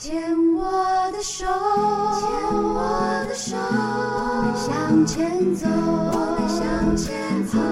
牵我的手，牵我的手，我们向前走，我们向前走。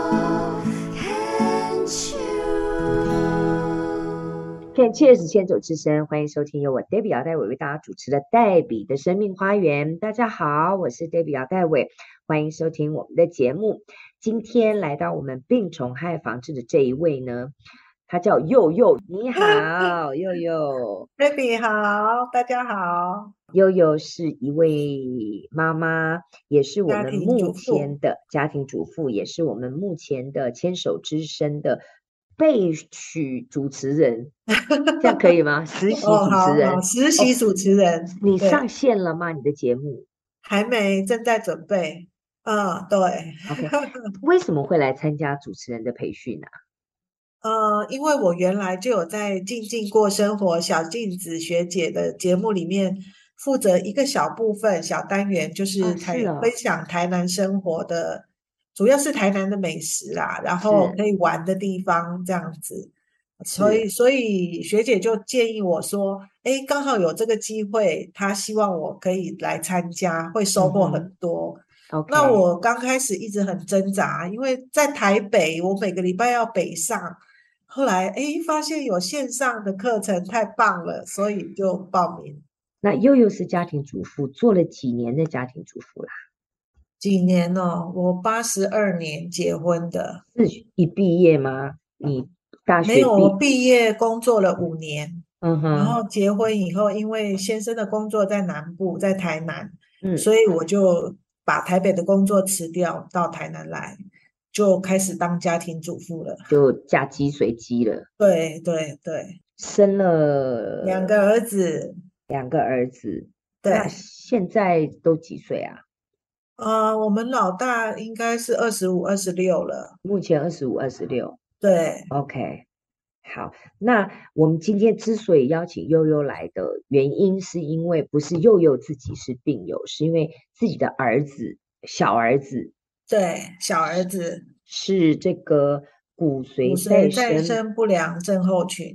看 Cheers 牵手之声，欢迎收听由我 Debbie 姚代伟为大家主持的黛比的生命花园。大家好，我是 Debbie 姚代伟，欢迎收听我们的节目。今天来到我们病虫害防治的这一位呢，他叫佑佑。你好，佑佑。 Debbie 好，大家好。 佑佑是一位妈妈，也是我们目前的家庭主妇，也是我们目前的牵手之声的备取主持人，这样可以吗？实习主持人， 好，实习主持人。 你上线了吗？你的节目还没，正在准备。对。 OK， 为什么会来参加主持人的培训呢？ 因为我原来就有在静静过生活小镜子学姐的节目里面负责一个小部分小单元，就是分享台南生活的，主要是台南的美食啦，然后可以玩的地方这样子。所以学姐就建议我说，刚好有这个机会，她希望我可以来参加，会收获很多。那我刚开始一直很挣扎，因为在台北，我每个礼拜要北上。后来发现有线上的课程太棒了，所以就报名。 那佑佑是家庭主妇，做了几年的家庭主妇啦？ 几年哦？我82年结婚的。 是一毕业吗？你大学没有，我毕业工作了5年。然后结婚以后，因为先生的工作在南部，在台南，所以我就把台北的工作辞掉，到台南来，就开始当家庭主妇了， 就嫁鸡随鸡了。 对对对， 生了 2个儿子。 2个儿子， 对。 那现在都几岁啊？ 我们老大应该是25、26了。 目前25、26。 对。 OK， 好，那我们今天之所以邀请佑佑来的原因，是因为不是佑佑自己是病友，是因为自己的儿子，小儿子。 对，小儿子是这个骨髓再生不良症候群。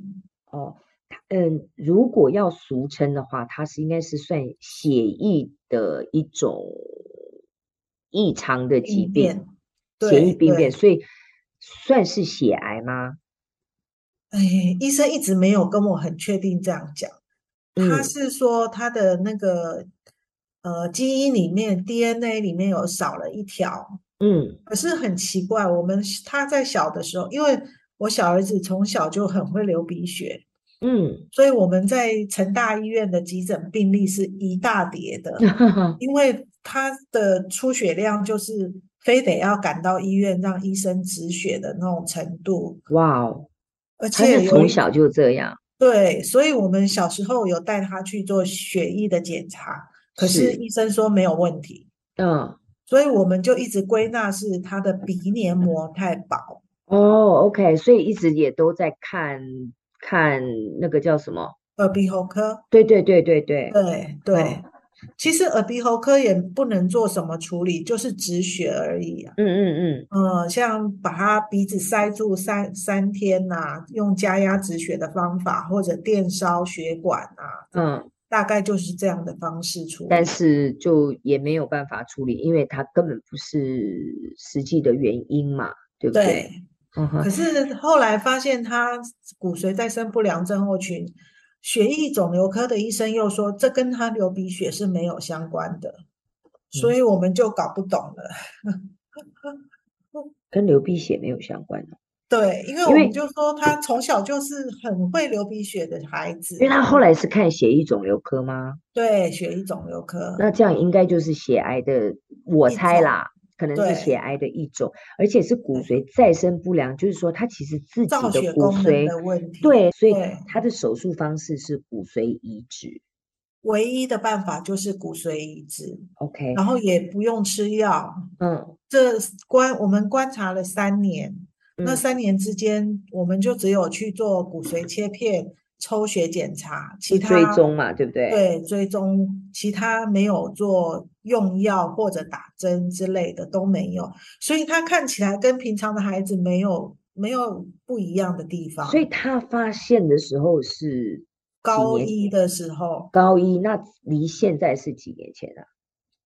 如果要俗称的话，它应该是算血液的一种异常的疾病，血液病变，所以算是血癌吗？ 医生一直没有跟我很确定这样讲。他是说他的那个基因里面 DNA 里面有少了一条。可是很奇怪，他在小的时候，因为我小儿子从小就很会流鼻血，所以我们在成大医院的急诊病历是一大叠的，因为他的出血量就是非得要赶到医院让医生止血的那种程度。 哇哦！ 而且从小就这样。 对，所以我们小时候有带他去做血液的检查，可是医生说没有问题。所以我们就一直归纳是他的鼻黏膜太薄。 OK， 所以一直也都在看那个叫什么耳鼻喉科。 对。 其实耳鼻喉科也不能做什么处理，就是止血而已啊。像把他鼻子塞住三天啊，用加压止血的方法，或者电烧血管啊。大概就是这样的方式处理， 但是就也没有办法处理，因为它根本不是实际的原因嘛，对不对？ 可是后来发现他骨髓再生不良症候群，血液肿瘤科的医生又说这跟他流鼻血是没有相关的，所以我们就搞不懂了。 跟流鼻血没有相关的。 对，因为我们就说他从小就是很会流鼻血的孩子。 因为他后来是看血液肿瘤科吗？ 对，血液肿瘤科。 那这样应该就是血癌的，我猜啦，可能是血癌的一种，而且是骨髓再生不良，就是说他其实自己的骨髓的问题。 对，所以他的手术方式是骨髓移植。 唯一的办法就是骨髓移植。 OK， 然后也不用吃药。我们观察了3年。那3年之间我们就只有去做骨髓切片、抽血检查，其他追踪嘛，对不对？ 对，追踪，其他没有做用药或者打针之类的都没有，所以他看起来跟平常的孩子没有不一样的地方。 所以他发现的时候是高一的时候。 高一，那离现在是几年前啊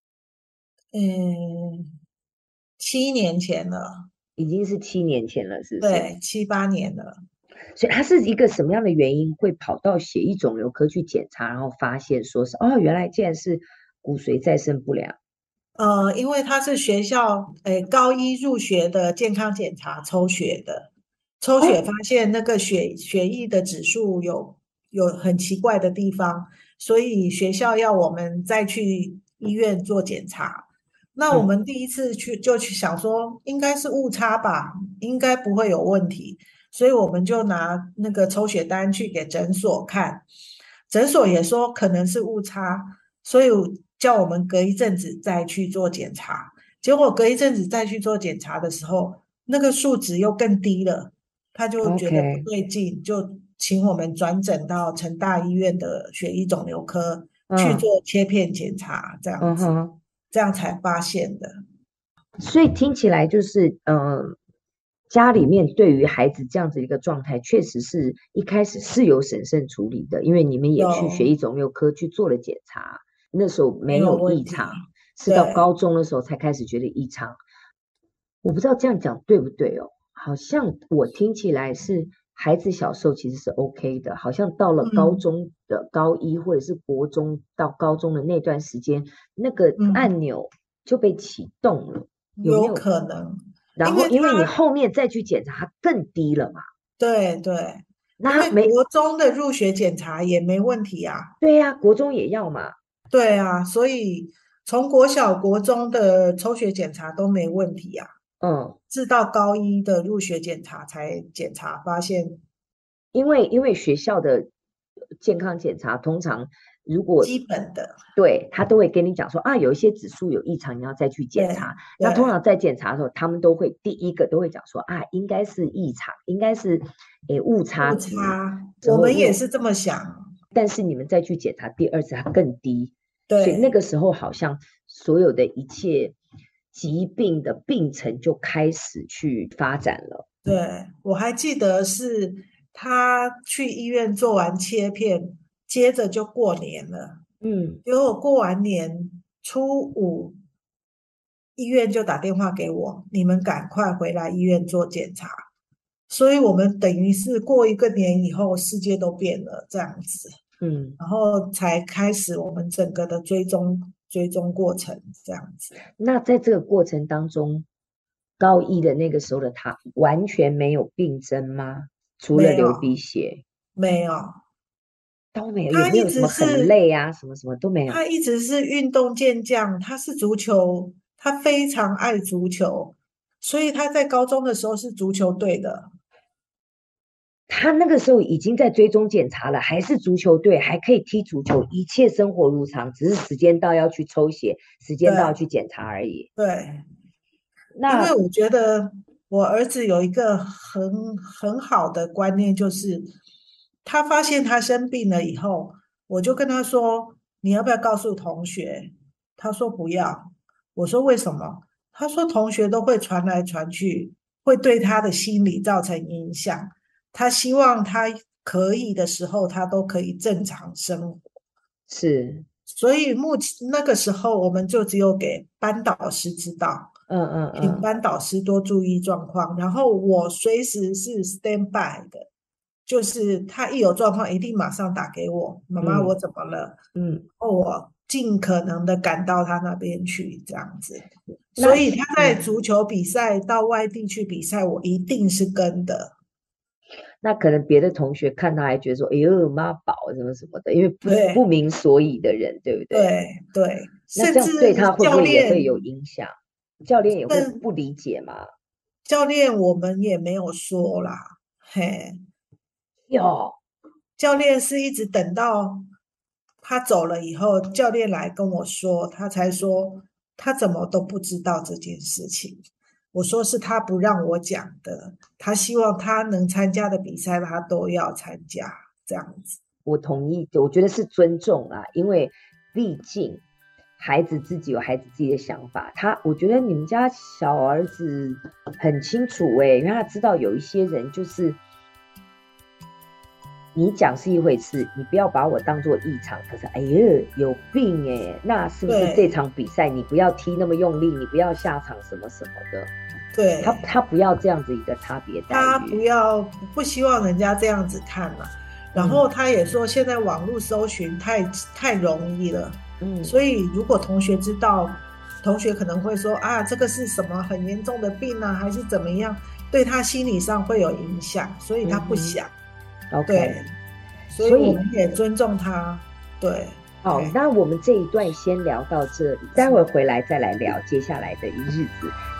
？7年前了。 已经是7年前了，是不是？ 对，7、8年了。 所以他是一个什么样的原因会跑到血液肿瘤科去检查，然后发现说是原来竟然是骨髓再生不良。 因为他是学校高一入学的健康检查抽血的，抽血发现那个血液的指数有很奇怪的地方，所以学校要我们再去医院做检查。那我们第一次去想说应该是误差吧，应该不会有问题，所以我们就拿那个抽血单去给诊所看，诊所也说可能是误差，所以叫我们隔一阵子再去做检查。结果隔一阵子再去做检查的时候，那个数值又更低了，他就觉得不对劲，就请我们转诊到成大医院的血液肿瘤科去做切片检查，这样子，这样才发现的。 所以听起来就是家里面对于孩子这样子一个状态，确实是一开始是有审慎处理的，因为你们也去血液肿瘤科去做了检查，那时候没有异常，是到高中的时候才开始觉得异常。我不知道这样讲对不对哦，好像我听起来是孩子小时候其实是 OK 的，好像到了高中的高一或者是国中到高中的那段时间，那个按钮就被启动了，有没有可能？ 然后因为你后面再去检查更低了嘛。 对对，因为国中的入学检查也没问题啊。 对呀，国中也要嘛。 对啊，所以从国小国中的抽血检查都没问题啊。直到高一的入学检查才检查发现。 因为学校的健康检查通常如果基本的， 对，他都会跟你讲说有一些指数有异常，你要再去检查。那通常在检查的时候，他们都会第一个都会讲说应该是异常，应该是误差值。 我们也是这么想。 但是你们再去检查第二次，它更低。 对， 所以那个时候好像所有的一切疾病的病程就开始去发展了。 对，我还记得是他去医院做完切片，接着就过年了。结果过完年初5，医院就打电话给我，你们赶快回来医院做检查。所以我们等于是过一个年以后，世界都变了这样子。然后才开始我们整个的追踪过程这样子。 那在这个过程当中，高一的那个时候的他完全没有病症吗？除了流鼻血？ 没有， 都没有。有没有什么很累啊？什么什么都没有。 他一直是运动健将，他是足球，他非常爱足球，所以他在高中的时候是足球队的。 他那个时候已经在追踪检查了，还是足球队，还可以踢足球，一切生活如常，只是时间到要去抽血，时间到要去检查而已。 对，因为我觉得我儿子有一个很好的观念，就是他发现他生病了以后，我就跟他说，你要不要告诉同学？他说不要。我说为什么？他说同学都会传来传去，会对他的心理造成影响。他希望他可以的时候，他都可以正常生活。 是， 所以那个时候，我们就只有给班导师知道，请班导师多注意状况。然后我随时是 stand by 的，就是他一有状况，一定马上打给我，妈妈，我怎么了？我尽可能的赶到他那边去，这样子。所以他在足球比赛到外地去比赛，我一定是跟的。 那可能别的同学看到还觉得说，哎呦妈宝什么什么的，因为不明所以的人，对不对？ 对， 那这样对他会不会也会有影响？教练也会不理解吗？ 教练我们也没有说啦，教练是一直等到他走了以后，教练来跟我说，他才说他怎么都不知道这件事情。我说是他不让我讲的，他希望他能参加的比赛他都要参加，这样子。 我同意，我觉得是尊重啦，因为毕竟孩子自己有孩子自己的想法。我觉得你们家小儿子很清楚因为他知道有一些人就是你讲是一回事，你不要把我当作异常。可是哎呀，有病哎，那是不是这场比赛你不要踢那么用力，你不要下场什么什么的？ 对， 他不要这样子一个差别待遇， 他不希望人家这样子看嘛。然后他也说，现在网络搜寻太容易了，所以如果同学知道，同学可能会说啊，这个是什么很严重的病啊，还是怎么样，对他心理上会有影响，所以他不想。 OK， 所以我们也尊重他。对， 好，那我们这一段先聊到这里，待会回来再来聊接下来的日子。